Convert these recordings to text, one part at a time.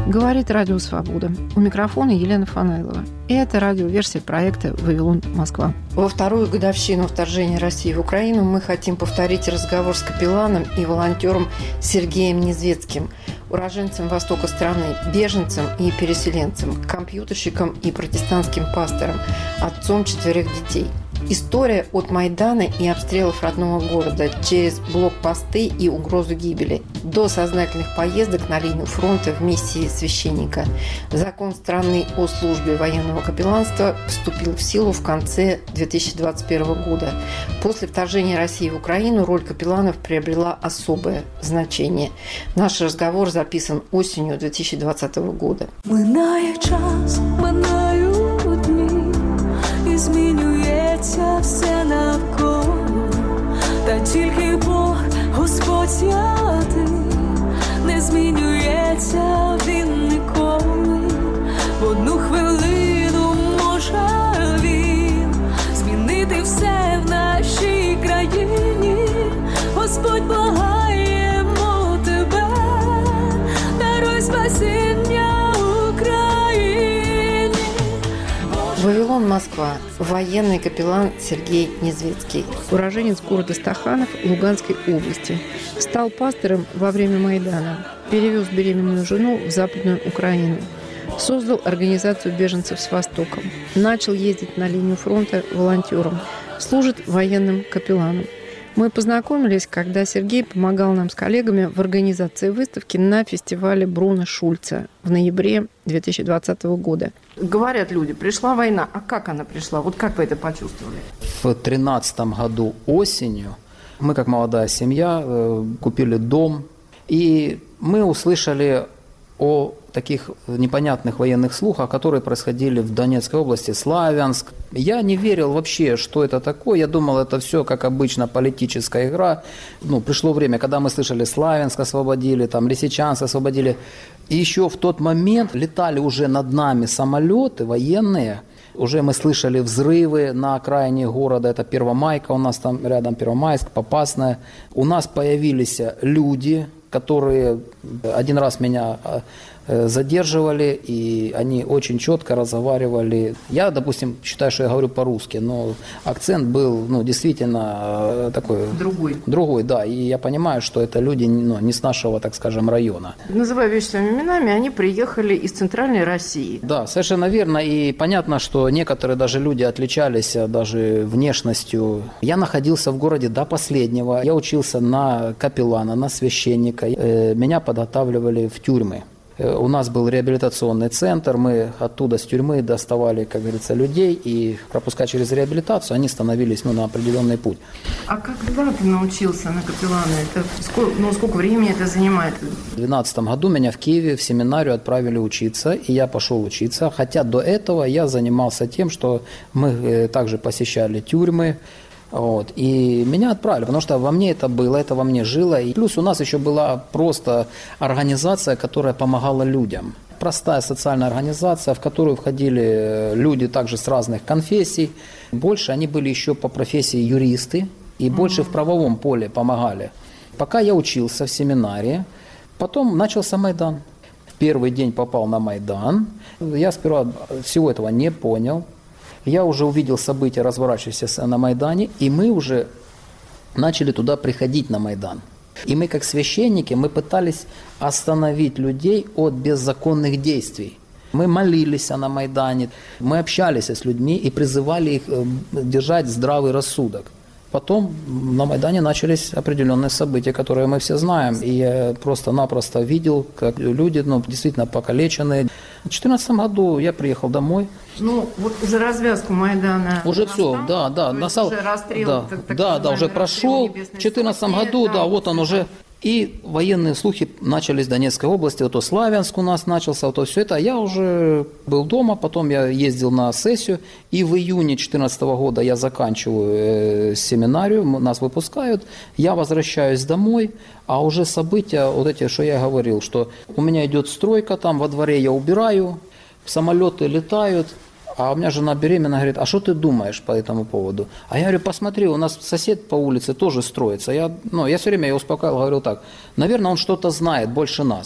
Говорит Радио Свобода. У микрофона Елена Фанайлова. И это радиоверсия проекта «Вавилон, Москва». Во вторую годовщину вторжения России в Украину мы хотим повторить разговор с капелланом и волонтером Сергеем Незвецким, уроженцем востока страны, беженцем и переселенцем, компьютерщиком и протестантским пастором, отцом 4 детей. История от Майдана и обстрелов родного города через блокпосты и угрозу гибели до сознательных поездок на линию фронта в миссии священника. Закон страны о службе военного капелланства вступил в силу в конце 2021 года. После вторжения России в Украину роль капелланов приобрела особое значение. Наш разговор записан осенью 2020 года. Минає час, минають дні, і змінюється все навколо, та тільки Бог, Господь святий, не змінюється Він ніколи. В одну хвилину може Він змінити все в нашій країні. Господь, благаємо Тебе, даруй спасіння Україні. Вавилон, Москва. Военный капеллан Сергей Незвецкий. Уроженец города Стаханов Луганской области. Стал пастором во время Майдана. Перевез беременную жену в Западную Украину. Создал организацию беженцев с Востоком. Начал ездить на линию фронта волонтером. Служит военным капелланом. Мы познакомились, когда Сергей помогал нам с коллегами в организации выставки на фестивале Бруно Шульца в ноябре 2020 года. Говорят люди, пришла война. А как она пришла? Вот как вы это почувствовали? В 2013 году осенью мы, как молодая семья, купили дом. И мы услышали о таких непонятных военных слухах, которые происходили в Донецкой области, Славянск. Я не верил вообще, что это такое. Я думал, это все, как обычно, политическая игра. Пришло время, когда мы слышали, Славянск освободили, там, Лисичанск освободили. И еще в тот момент летали уже над нами самолеты военные. Уже мы слышали взрывы на окраине города. Это Первомайка у нас там рядом, Первомайск, Попасная. У нас появились люди, которые один раз меня задерживали, и они очень четко разговаривали. Я, допустим, считаю, что я говорю по-русски, но акцент был, действительно такой... Другой, да. И я понимаю, что это люди, не с нашего, так скажем, района. Называя вещи своими именами, они приехали из Центральной России. Да, совершенно верно. И понятно, что некоторые даже люди отличались даже внешностью. Я находился в городе до последнего. Я учился на капеллана, на священника. Меня подготавливали в тюрьмы. У нас был реабилитационный центр, мы оттуда с тюрьмы доставали, как говорится, людей, и пропуская через реабилитацию, они становились на определенный путь. А когда ты научился на капеллана? Сколько времени это занимает? В 2012 году меня в Киеве в семинарию отправили учиться, и я пошел учиться, хотя до этого я занимался тем, что мы также посещали тюрьмы. И меня отправили, потому что во мне это было, это во мне жило. И плюс у нас еще была просто организация, которая помогала людям. Простая социальная организация, в которую входили люди также с разных конфессий. Больше они были еще по профессии юристы и больше в правовом поле помогали. Пока я учился в семинарии, потом начался Майдан. В первый день попал на Майдан. Я сперва всего этого не понял. Я уже увидел события, разворачивающиеся на Майдане, и мы уже начали туда приходить на Майдан. И мы, как священники, мы пытались остановить людей от беззаконных действий. Мы молились на Майдане, мы общались с людьми и призывали их держать здравый рассудок. Потом на Майдане начались определенные события, которые мы все знаем. И я просто-напросто видел, как люди действительно покалеченные. В 2014 году я приехал домой. Вот уже развязку Майдана. Уже все, да. Уже расстрел. Да, уже прошел. В 2014 году, вот он уже. И военные слухи начались в Донецкой области, то Славянск у нас начался, то все это. Я уже был дома, потом я ездил на сессию, и в июне 2014 года я заканчиваю семинарию, нас выпускают, я возвращаюсь домой, а уже события, вот эти, что я говорил, что у меня идет стройка, там во дворе я убираю, самолеты летают. А у меня жена беременна, говорит, а что ты думаешь по этому поводу? А я говорю, посмотри, у нас сосед по улице тоже строится. Я все время ее успокаивал, говорил так, наверное, он что-то знает больше нас.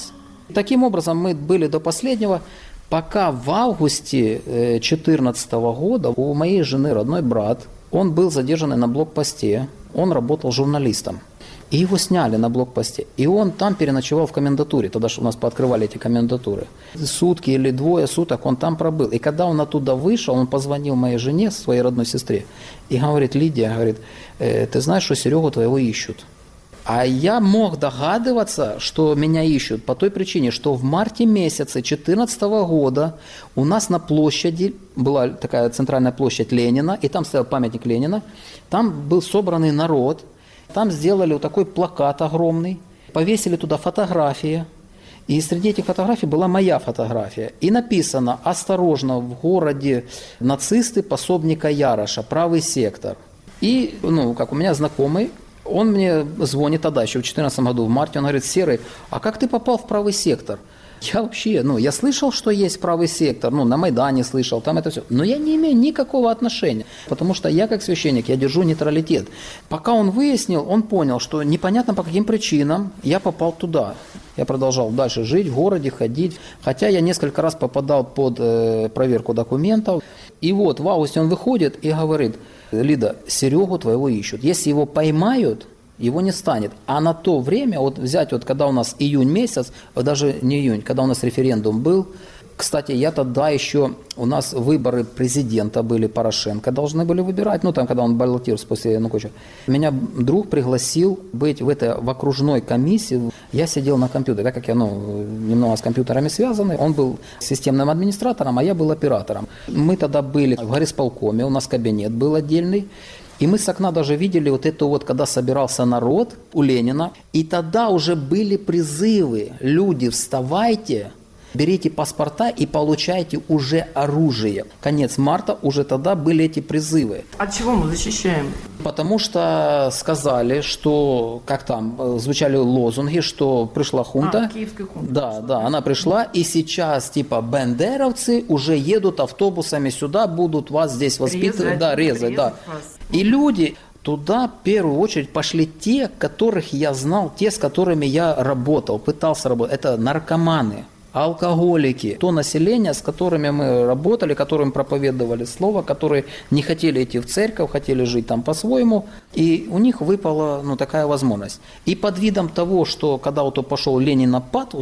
Таким образом, мы были до последнего, пока в августе 2014 года у моей жены родной брат, он был задержан на блокпосте, он работал журналистом. И его сняли на блокпосте. И он там переночевал в комендатуре. Тогда же у нас пооткрывали эти комендатуры. Сутки или 2 суток он там пробыл. И когда он оттуда вышел, он позвонил моей жене, своей родной сестре, и говорит: Лидия, говорит, ты знаешь, что Серегу твоего ищут? А я мог догадываться, что меня ищут по той причине, что в марте месяце 2014 года у нас на площади, была такая центральная площадь Ленина, и там стоял памятник Ленина, там был собранный народ, там сделали вот такой плакат огромный, повесили туда фотографии, и среди этих фотографий была моя фотография. И написано: «Осторожно, в городе нацисты пособника Яроша, правый сектор». И, как у меня знакомый, он мне звонит тогда, еще в 2014 году, в марте, он говорит: Серый, а как ты попал в правый сектор? Я вообще, я слышал, что есть правый сектор, на Майдане слышал, там это все, но я не имею никакого отношения, потому что я как священник, я держу нейтралитет. Пока он выяснил, он понял, что непонятно по каким причинам я попал туда. Я продолжал дальше жить в городе, ходить, хотя я несколько раз попадал под проверку документов. И вот в августе он выходит и говорит: Лида, Серегу твоего ищут, если его поймают, его не станет. А на то время, взять, когда у нас июнь месяц, даже не июнь, когда у нас референдум был, кстати, я тогда еще, у нас выборы президента были, Порошенко должны были выбирать, там, когда он баллотировался после Януковича. Меня друг пригласил быть в окружной комиссии, я сидел на компьютере, так как я, немного с компьютерами связаны, он был системным администратором, а я был оператором. Мы тогда были в горисполкоме, у нас кабинет был отдельный, и мы с окна даже видели когда собирался народ у Ленина, и тогда уже были призывы: люди, вставайте, берите паспорта и получайте уже оружие. Конец марта, уже тогда были эти призывы. От чего мы защищаем? Потому что сказали, что, звучали лозунги, что пришла хунта. Киевская хунта. Да, она пришла, и сейчас бендеровцы уже едут автобусами сюда, будут вас здесь воспитывать. Резать. Вас. И люди... Туда в первую очередь пошли те, которых я знал, те, с которыми я работал, пытался работать. Это наркоманы, алкоголики, то население, с которыми мы работали, которым проповедовали слово, которые не хотели идти в церковь, хотели жить там по-своему, и у них выпала такая возможность. И под видом того, что когда пошел Ленинопад,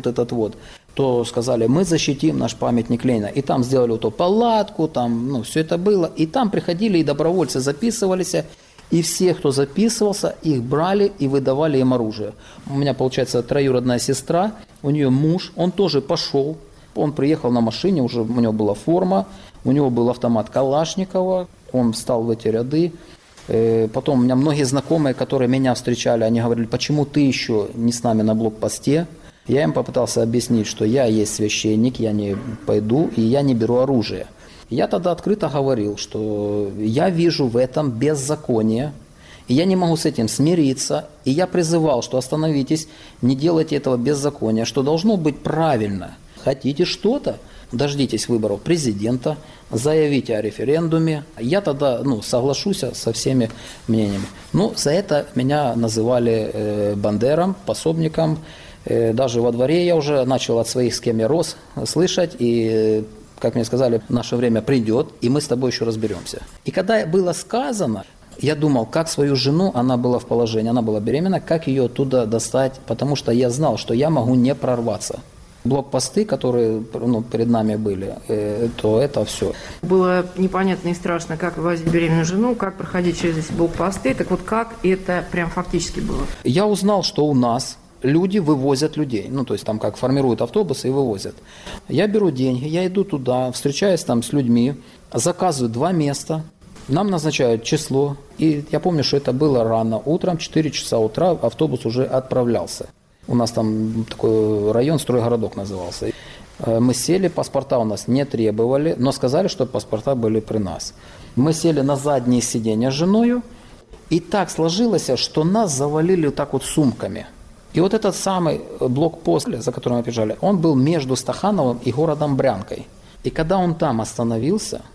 то сказали: мы защитим наш памятник Ленина. И там сделали палатку, там все это было, и там приходили и добровольцы записывались. И все, кто записывался, их брали и выдавали им оружие. У меня, получается, троюродная сестра, у нее муж, он тоже пошел. Он приехал на машине, уже у него была форма, у него был автомат Калашникова, он встал в эти ряды. Потом у меня многие знакомые, которые меня встречали, они говорили: почему ты еще не с нами на блокпосте? Я им попытался объяснить, что я есть священник, я не пойду и я не беру оружие. Я тогда открыто говорил, что я вижу в этом беззаконие, и я не могу с этим смириться. И я призывал, что остановитесь, не делайте этого беззакония, что должно быть правильно. Хотите что-то? Дождитесь выборов президента, заявите о референдуме. Я тогда соглашусь со всеми мнениями. За это меня называли бандером, пособником. Даже во дворе я уже начал от своих, с кем я рос, слышать, и... Как мне сказали, наше время придет, и мы с тобой еще разберемся. И когда было сказано, я думал, как свою жену, она была в положении, она была беременна, как ее оттуда достать, потому что я знал, что я могу не прорваться. Блокпосты, которые перед нами были, то это все. Было непонятно и страшно, как вывозить беременную жену, как проходить через эти блокпосты. Так как это прям фактически было? Я узнал, что у нас... люди вывозят людей, то есть там как формируют автобусы и вывозят. Я беру деньги, я иду туда, встречаюсь там с людьми, заказываю 2 места, нам назначают число, и я помню, что это было рано утром, 4 часа утра автобус уже отправлялся. У нас там такой район, стройгородок назывался. Мы сели, паспорта у нас не требовали, но сказали, что паспорта были при нас. Мы сели на заднее сиденье с женой, и так сложилось, что нас завалили сумками. И этот самый блокпост, за которым мы бежали, он был между Стахановым и городом Брянкой. И когда он там остановился,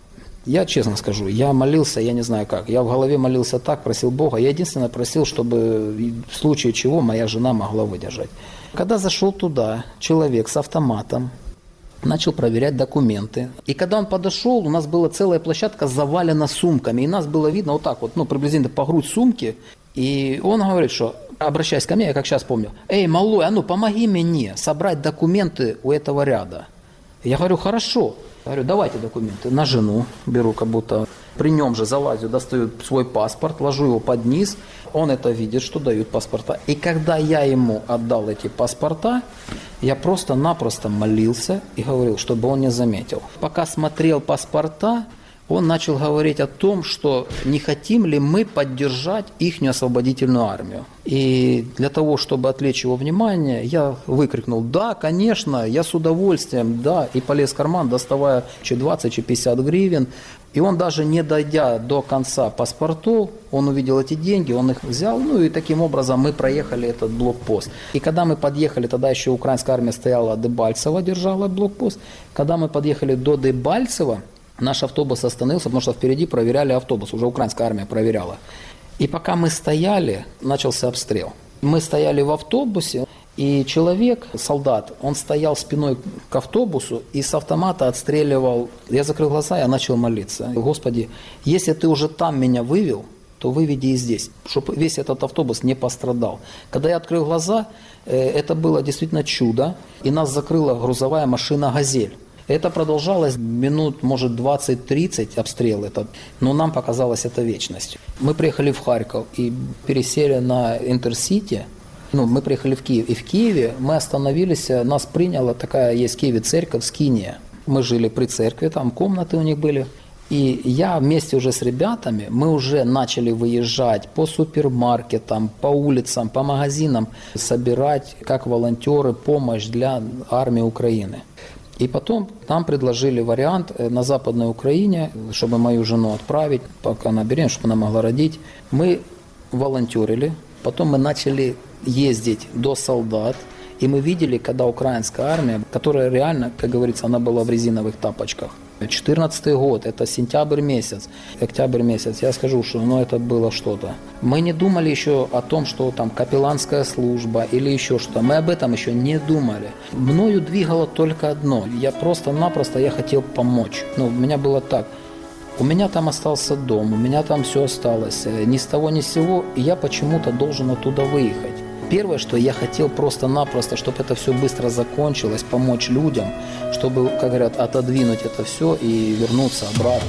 Я честно скажу, я молился, я не знаю как. Я в голове молился так, просил Бога. Я единственное просил, чтобы в случае чего моя жена могла выдержать. Когда зашел туда человек с автоматом, начал проверять документы. И когда он подошел, у нас была целая площадка завалена сумками. И нас было видно вот так вот, приблизительно по грудь сумки. И он говорит, что, обращаясь ко мне, я как сейчас помню, «Эй, малой, помоги мне собрать документы у этого ряда». Я говорю, хорошо. Я говорю, давайте документы. На жену беру, как будто при нем же залазю, достаю свой паспорт, ложу его под низ. Он это видит, что дают паспорта. И когда я ему отдал эти паспорта, я просто-напросто молился и говорил, чтобы он не заметил. Пока смотрел паспорта, он начал говорить о том, что не хотим ли мы поддержать ихнюю освободительную армию. И для того, чтобы отвлечь его внимание, я выкрикнул, да, конечно, я с удовольствием, да, и полез в карман, доставая 20, 50 гривен. И он даже не дойдя до конца паспортов, он увидел эти деньги, он их взял, и таким образом мы проехали этот блокпост. И когда мы подъехали, тогда еще украинская армия стояла, Дебальцево держала блокпост, когда мы подъехали до Дебальцева, наш автобус остановился, потому что впереди проверяли автобус, уже украинская армия проверяла. И пока мы стояли, начался обстрел. Мы стояли в автобусе, и человек, солдат, он стоял спиной к автобусу и с автомата отстреливал. Я закрыл глаза, я начал молиться. Господи, если ты уже там меня вывел, то выведи и здесь, чтобы весь этот автобус не пострадал. Когда я открыл глаза, это было действительно чудо, и нас закрыла грузовая машина «Газель». Это продолжалось минут, может, 20-30 обстрел этот, но нам показалось это вечностью. Мы приехали в Харьков и пересели на Интерсити. Мы приехали в Киев. И в Киеве мы остановились, нас приняла такая, есть в Киеве церковь Скиния. Мы жили при церкви, там комнаты у них были. И я вместе уже с ребятами, мы уже начали выезжать по супермаркетам, по улицам, по магазинам, собирать, как волонтеры, помощь для армии Украины. И потом нам предложили вариант на Западной Украине, чтобы мою жену отправить, пока она беременна, чтобы она могла родить. Мы волонтерили, потом мы начали ездить до солдат, и мы видели, когда украинская армия, которая реально, как говорится, она была в резиновых тапочках. 2014 год, это сентябрь месяц, октябрь месяц, я скажу, что это было что-то. Мы не думали еще о том, что там капелланская служба или еще что-то, мы об этом еще не думали. Мною двигало только одно, я просто-напросто хотел помочь. У меня было так, у меня там остался дом, у меня там все осталось, ни с того ни с сего, и я почему-то должен оттуда выехать. Первое, что я хотел просто-напросто, чтобы это все быстро закончилось, помочь людям, чтобы, как говорят, отодвинуть это все и вернуться обратно.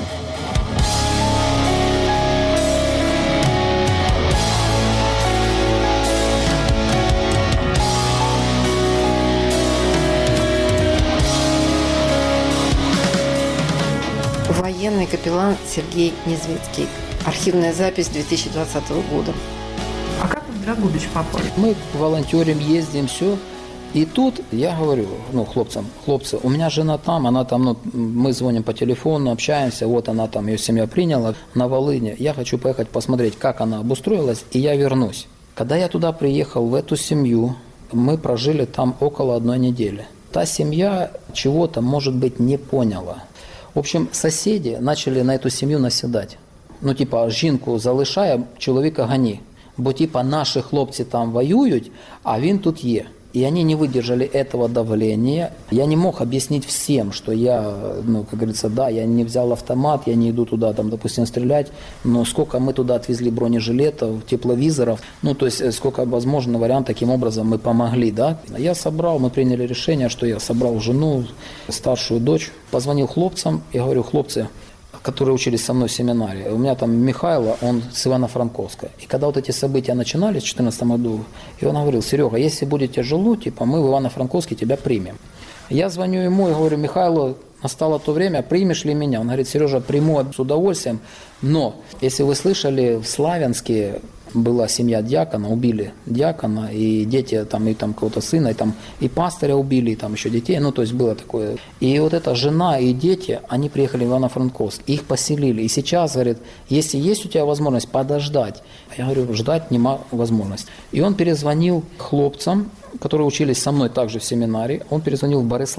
Военный капеллан Сергей Незвицкий. Архивная запись 2020 года. А как вы в Драгобич попали? Мы волонтерим, ездим, все. И тут я говорю, хлопцам, хлопцы, у меня жена там, она там, мы звоним по телефону, общаемся, вот она там, ее семья приняла на Волыне. Я хочу поехать посмотреть, как она обустроилась, и я вернусь. Когда я туда приехал, в эту семью, мы прожили там около 1 недели. Та семья чего-то, может быть, не поняла. В общем, соседи начали на эту семью наседать. Жінку залишає, чоловіка гони. Бо, наші хлопці там воюють, а він тут є. И они не выдержали этого давления. Я не мог объяснить всем, что я, как говорится, да, я не взял автомат, я не иду туда, допустим, стрелять, но сколько мы туда отвезли бронежилетов, тепловизоров, то есть сколько возможно вариант, таким образом мы помогли, да. Я собрал, мы приняли решение, что я собрал жену, старшую дочь, позвонил хлопцам и говорю, хлопцы, которые учились со мной в семинаре. У меня там Михайло, он с Ивано-Франковска. И когда вот эти события начинались в 2014 году, и он говорил, Серега, если будет тяжело, мы в Ивано-Франковске тебя примем. Я звоню ему и говорю, Михайло, настало то время, примешь ли меня? Он говорит, Сережа, приму с удовольствием, но, если вы слышали, в Славянске была семья диакона, убили диакона, и дети, и кого-то сына, и пастыря убили, и еще детей, то есть было такое. И вот эта жена и дети, они приехали в Ивано-Франковск, их поселили. И сейчас, говорит, если есть у тебя возможность подождать, я говорю, ждать нема возможности. И он перезвонил хлопцам, которые учились со мной также в семинаре, он перезвонил в Борислав.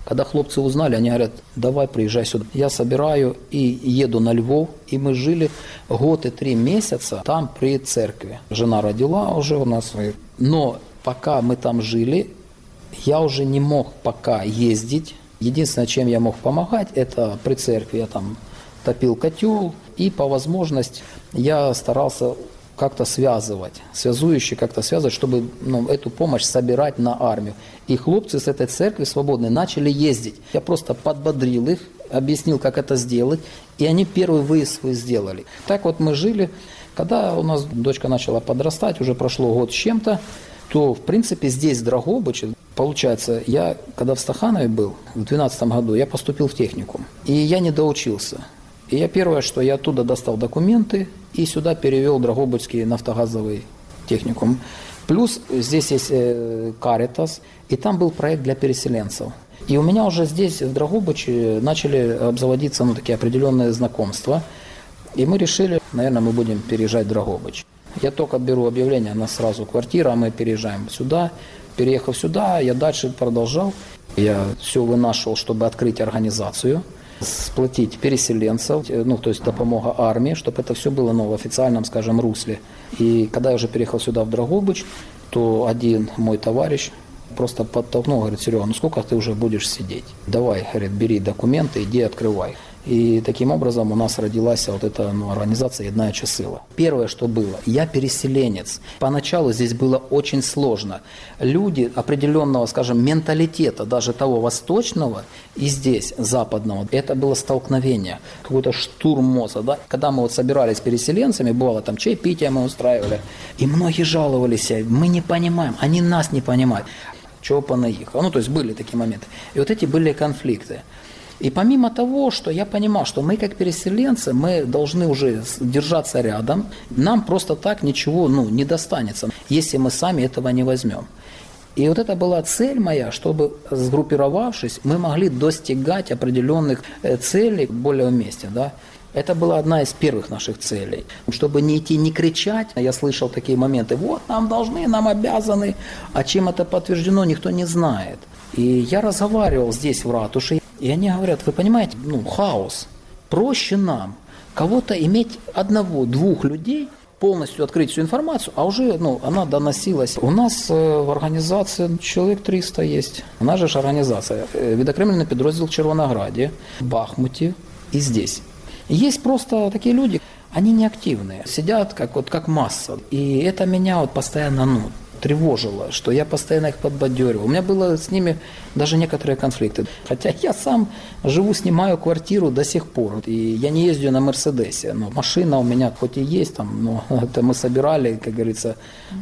Когда хлопцы узнали, они говорят, давай приезжай сюда. Я собираю и еду на Львов, и мы жили год и 3 месяца там при церкви. Жена родила уже у нас. Но пока мы там жили, я уже не мог пока ездить. Единственное, чем я мог помогать, это при церкви я там топил котел, и по возможности я старался как-то связывающие как-то связывать, чтобы эту помощь собирать на армию. И хлопцы с этой церкви свободной начали ездить. Я просто подбодрил их, объяснил, как это сделать, и они первый выезд свой сделали. Так вот мы жили. Когда у нас дочка начала подрастать, уже прошло год с чем-то, то, в принципе, здесь, в Драгобыче, получается, я, когда в Стаханове был, в 2012 году, я поступил в техникум, и я не доучился. И я первое, что я оттуда достал документы и сюда перевел Драгобычский нафтогазовый техникум. Плюс здесь есть Каритас, и там был проект для переселенцев. И у меня уже здесь, в Драгобыче, начали обзаводиться такие определенные знакомства. И мы решили, наверное, мы будем переезжать в Драгобыч. Я только беру объявление, у нас сразу квартира, а мы переезжаем сюда. Переехав сюда, я дальше продолжал. Я все вынашивал, чтобы открыть организацию, сплотить переселенцев, то есть допомога армии, чтобы это все было в официальном, скажем, русле. И когда я уже переехал сюда, в Драгобыч, то один мой товарищ просто подтолкнул, говорит, Серега, сколько ты уже будешь сидеть? Давай, говорит, бери документы, иди открывай. И таким образом у нас родилась вот эта организация «Єднаюча сила». Первое, что было, я переселенец. Поначалу здесь было очень сложно. Люди определенного, скажем, менталитета, даже того восточного и здесь, западного, это было столкновение, какой-то штурм мозга. Да? Когда мы собирались переселенцами, бывало там чаепитие мы устраивали, и многие жаловались, мы не понимаем, они нас не понимают. Чего понаехало? То есть были такие моменты. И вот эти были конфликты. И помимо того, что я понимал, что мы как переселенцы, мы должны уже держаться рядом, нам просто так ничего не достанется, если мы сами этого не возьмем. И вот это была цель моя, чтобы, сгруппировавшись, мы могли достигать определенных целей более вместе. Да? Это была одна из первых наших целей. Чтобы не идти, не кричать, я слышал такие моменты, вот нам должны, нам обязаны, а чем это подтверждено, никто не знает. И я разговаривал здесь в ратуше, и они говорят, вы понимаете, хаос. Проще нам кого-то иметь одного-двух людей, полностью открыть всю информацию, а уже она доносилась. У нас в организации человек 300 есть. У нас же организация. Відокремлений підрозділ в Червонограді, Бахмуте и здесь. Есть просто такие люди, они неактивные, сидят как масса. И это меня постоянно тревожило, что я постоянно их подбадёривал. У меня было с ними даже некоторые конфликты. Хотя я сам живу, снимаю квартиру до сих пор. И я не ездю на Мерседесе. Машина у меня хоть и есть, но это мы собирали, как говорится,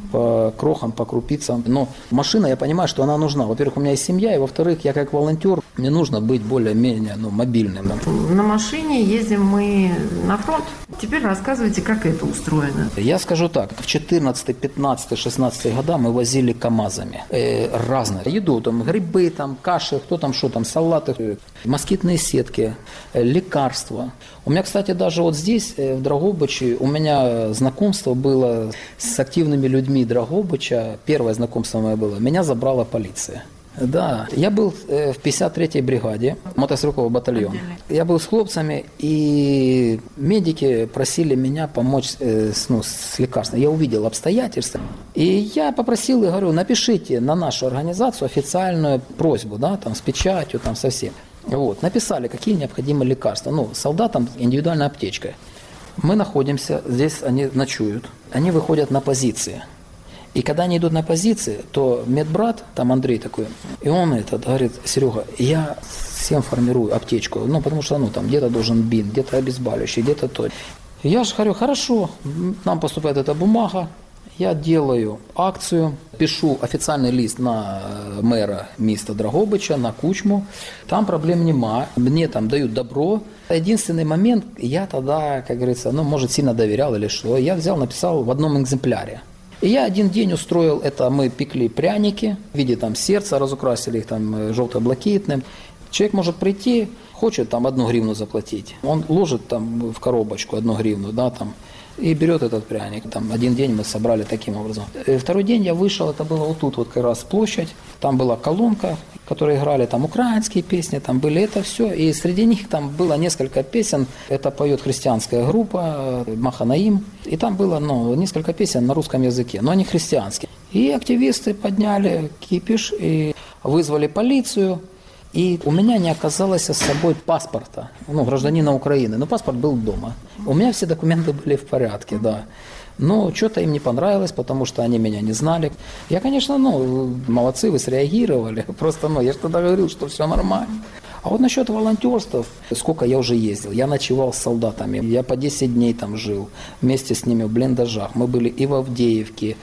по крохам, по крупицам. Но машина, я понимаю, что она нужна. Во-первых, у меня есть семья, и во-вторых, я как волонтер, мне нужно быть более-менее мобильным. На машине ездим мы на фронт. Теперь рассказывайте, как это устроено. Я скажу так. В 14, 15, 16 годах мы возили КАМАЗами разные еду, грибы, каши, кто что салаты, москитные сетки, лекарства. У меня, кстати, даже здесь, в Драгобыче, у меня знакомство было с активными людьми Драгобыча. Первое знакомство мое было. Меня забрала полиция. Да, я был в 53-й бригаде, мотострелковый батальон. Я был с хлопцами, и медики просили меня помочь с лекарством. Я увидел обстоятельства, и я попросил и говорю, напишите на нашу организацию официальную просьбу, с печатью, со всем. Написали, какие необходимы лекарства. Солдатам индивидуальная аптечка. Мы находимся, здесь они ночуют, они выходят на позиции. И когда они идут на позиции, то медбрат, Андрей такой, и он говорит, Серега, я всем формирую аптечку, потому что где-то должен бинт, где-то обезболивающий, где-то то. Я же говорю, хорошо, нам поступает эта бумага, я делаю акцию, пишу официальный лист на мэра міста Драгобича, на Кучму, там проблем нема, мне дают добро. Единственный момент, я тогда, как говорится, может сильно доверял или что, я взял, написал в одном экземпляре. И я один день устроил это, мы пекли пряники в виде сердца, разукрасили их желто-блакитным. Человек может прийти, хочет 1 гривну заплатить. Он ложит в коробочку 1 гривну, и берет этот пряник. Один день мы собрали таким образом. Второй день я вышел, это было тут как раз площадь, там была колонка, которые играли там украинские песни, там были это все. И среди них там было несколько песен. Это поет христианская группа Маханаим. И там было несколько песен на русском языке, но они христианские. И активисты подняли кипиш и вызвали полицию. И у меня не оказалось с собой паспорта, гражданина Украины. Но паспорт был дома. У меня все документы были в порядке, да. Но что-то им не понравилось, потому что они меня не знали. Я, конечно, молодцы, вы среагировали. Просто, я же тогда говорил, что все нормально. А вот насчет волонтерства, сколько я уже ездил. Я ночевал с солдатами, я по 10 дней там жил, вместе с ними в блиндажах. Мы были и в Авдеевке,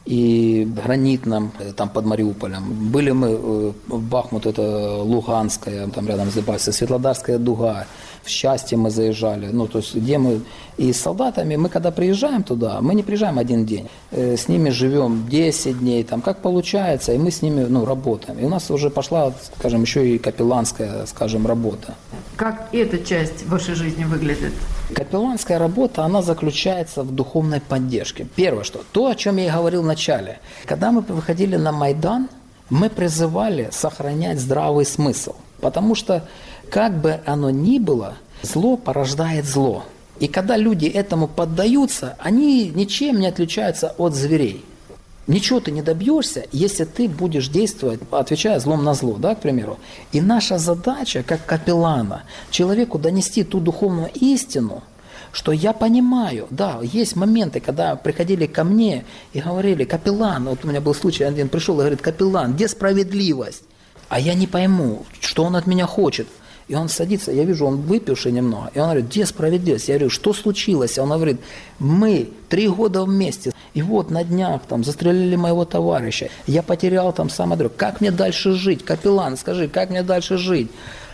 и в Гранитном, там под Мариуполем. Были мы в Бахмут, это Луганская, там рядом с Дебальцевым, Светлодарская дуга. В Счастье мы заезжали, то есть где мы и с солдатами, мы когда приезжаем туда, мы не приезжаем один день, с ними живем 10 дней, там как получается, и мы с ними работаем. И у нас уже пошла, скажем, еще и капелланская, скажем, работа. Как эта часть вашей жизни выглядит? Капелланская работа, она заключается в духовной поддержке. Первое, что то, о чем я и говорил в начале. Когда мы выходили на Майдан, мы призывали сохранять здравый смысл, потому что как бы оно ни было, зло порождает зло. И когда люди этому поддаются, они ничем не отличаются от зверей. Ничего ты не добьешься, если ты будешь действовать, отвечая злом на зло, да, к примеру. И наша задача, как капеллана, человеку донести ту духовную истину, что я понимаю, да, есть моменты, когда приходили ко мне и говорили: капеллан, вот у меня был случай, один пришел и говорит: капеллан, где справедливость? А я не пойму, что он от меня хочет. И он садится, я вижу, он выпивший немного, и он говорит: где справедливость? Я говорю: что случилось? Он говорит: мы 3 года вместе, и вот на днях там застрелили моего товарища, я потерял там самое дорогое. Как мне дальше жить? Капеллан, скажи, как мне дальше жить?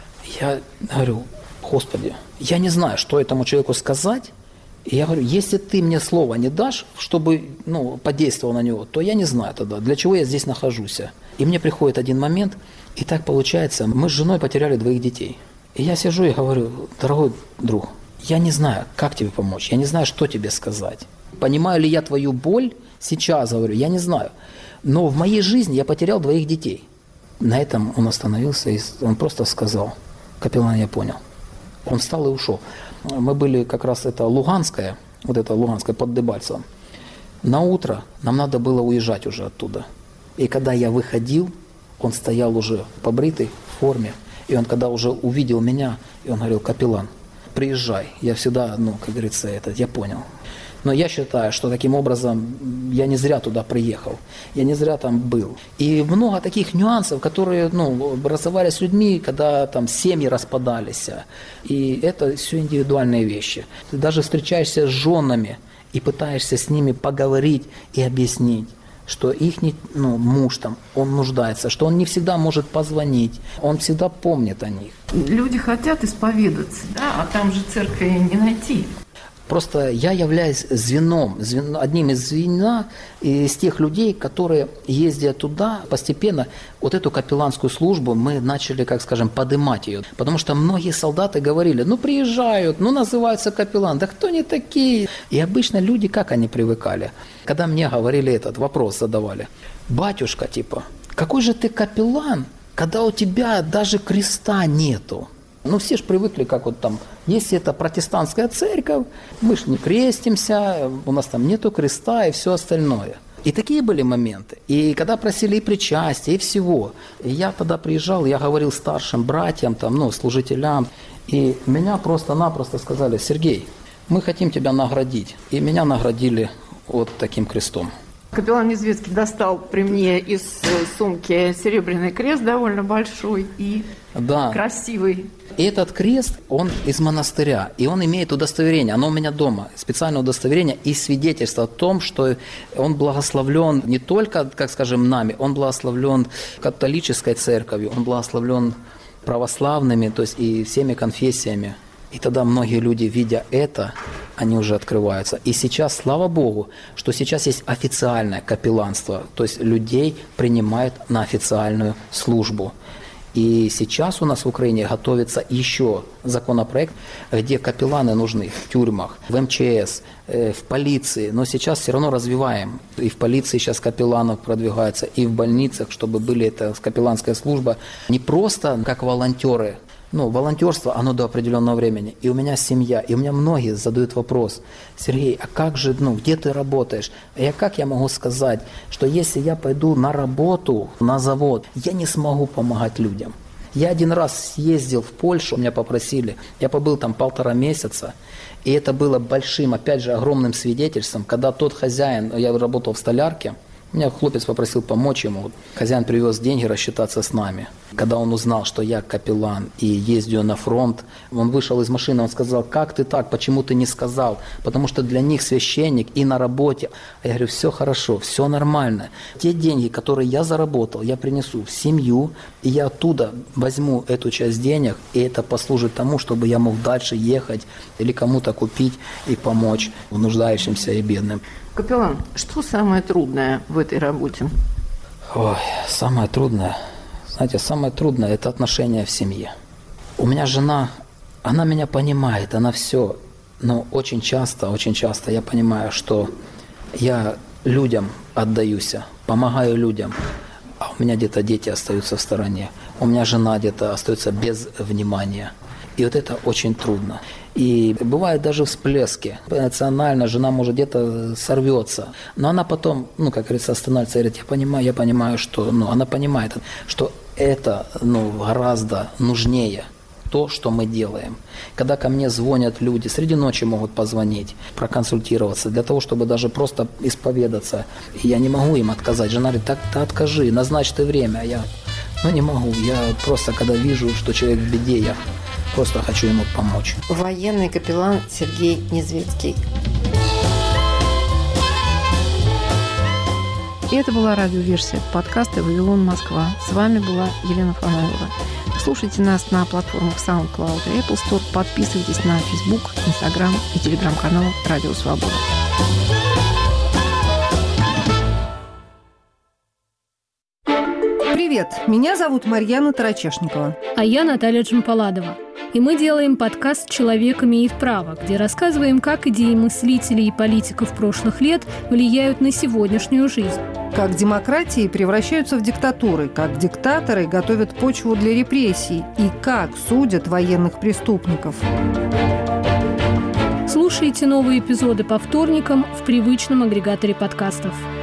Я говорю: Господи, я не знаю, что этому человеку сказать. И я говорю: если ты мне слова не дашь, чтобы подействовал на него, то я не знаю тогда, для чего я здесь нахожусь. И мне приходит один момент, и так получается, мы с женой потеряли 2 детей. И я сижу и говорю: дорогой друг, я не знаю, как тебе помочь, я не знаю, что тебе сказать. Понимаю ли я твою боль сейчас, говорю, я не знаю. Но в моей жизни я потерял 2 детей. На этом он остановился, и он просто сказал: капеллан, я понял. Он встал и ушел. Мы были как раз, это Луганская, под Дебальцевым. На утро нам надо было уезжать уже оттуда. И когда я выходил, он стоял уже побритый, в форме. И он когда уже увидел меня, и он говорил: капеллан, приезжай. Я всегда, как говорится, я понял. Но я считаю, что таким образом я не зря туда приехал, я не зря там был. И много таких нюансов, которые образовались с людьми, когда там семьи распадались. И это все индивидуальные вещи. Ты даже встречаешься с женами и пытаешься с ними поговорить и объяснить, что их муж там, он нуждается, что он не всегда может позвонить, он всегда помнит о них. Люди хотят исповедаться, да, а там же церкви не найти. Просто я являюсь одним из звена из тех людей, которые, ездя туда, постепенно вот эту капелланскую службу мы начали, поднимать ее. Потому что многие солдаты говорили: приезжают, называются капеллан, да кто они такие? И обычно люди, как они привыкали? Когда мне говорили этот вопрос, задавали: батюшка, какой же ты капеллан, когда у тебя даже креста нету? Все же привыкли, как если это протестантская церковь, мы же не крестимся, у нас там нету креста и все остальное. И такие были моменты. И когда просили и причастия, и всего. И я тогда приезжал, я говорил старшим братьям, служителям, и меня просто-напросто сказали: Сергей, мы хотим тебя наградить. И меня наградили вот таким крестом. Капеллан Незвецкий достал при мне из сумки серебряный крест довольно большой и красивый. И этот крест, он из монастыря, и он имеет удостоверение, оно у меня дома, специальное удостоверение и свидетельство о том, что он благословлен не только, нами, он благословлен католической церковью, он благословлен православными, то есть и всеми конфессиями. И тогда многие люди, видя это, они уже открываются. И сейчас, слава Богу, что сейчас есть официальное капелланство, то есть людей принимают на официальную службу. И сейчас у нас в Украине готовится еще законопроект, где капелланы нужны в тюрьмах, в МЧС, в полиции. Но сейчас все равно развиваем. И в полиции сейчас капелланов продвигается, и в больницах, чтобы были это капелланская служба. Не просто как волонтеры. Волонтерство, оно до определенного времени. И у меня семья, и у меня многие задают вопрос: Сергей, а как же, где ты работаешь? Как я могу сказать, что если я пойду на работу, на завод, я не смогу помогать людям? Я один раз съездил в Польшу, меня попросили, я побыл там 1,5 месяца, и это было большим, опять же, огромным свидетельством, когда тот хозяин, я работал в столярке, меня хлопец попросил помочь ему. Хозяин привез деньги рассчитаться с нами. Когда он узнал, что я капеллан и ездю на фронт, он вышел из машины, он сказал: как ты так, почему ты не сказал? Потому что для них священник и на работе. А я говорю: все хорошо, все нормально. Те деньги, которые я заработал, я принесу в семью, и я оттуда возьму эту часть денег, и это послужит тому, чтобы я мог дальше ехать или кому-то купить и помочь нуждающимся и бедным. Капеллан, что самое трудное в этой работе? Самое трудное, самое трудное – это отношения в семье. У меня жена, она меня понимает, она все, но очень часто я понимаю, что я людям отдаюсь, помогаю людям, а у меня где-то дети остаются в стороне, у меня жена где-то остается без внимания. И вот это очень трудно. И бывают даже всплески. Эмоционально жена может где-то сорвется. Но она потом, как говорится, останавливается и говорит: я понимаю, что... она понимает, что это гораздо нужнее то, что мы делаем. Когда ко мне звонят люди, среди ночи могут позвонить, проконсультироваться, для того, чтобы даже просто исповедаться. И я не могу им отказать. Жена говорит: так откажи, назначь ты время. Я не могу. Я просто, когда вижу, что человек в беде, я просто хочу ему помочь. Военный капеллан Сергей Незвецкий. И это была радиоверсия подкаста «Вавилон, Москва». С вами была Елена Фанайлова. Слушайте нас на платформах SoundCloud и Apple Store. Подписывайтесь на Facebook, Instagram и телеграм-канал «Радио Свобода». Привет, меня зовут Марьяна Тарачешникова. А я Наталья Джампаладова. И мы делаем подкаст «Человек имеет право», где рассказываем, как идеи мыслителей и политиков прошлых лет влияют на сегодняшнюю жизнь. Как демократии превращаются в диктатуры, как диктаторы готовят почву для репрессий и как судят военных преступников. Слушайте новые эпизоды по вторникам в привычном агрегаторе подкастов.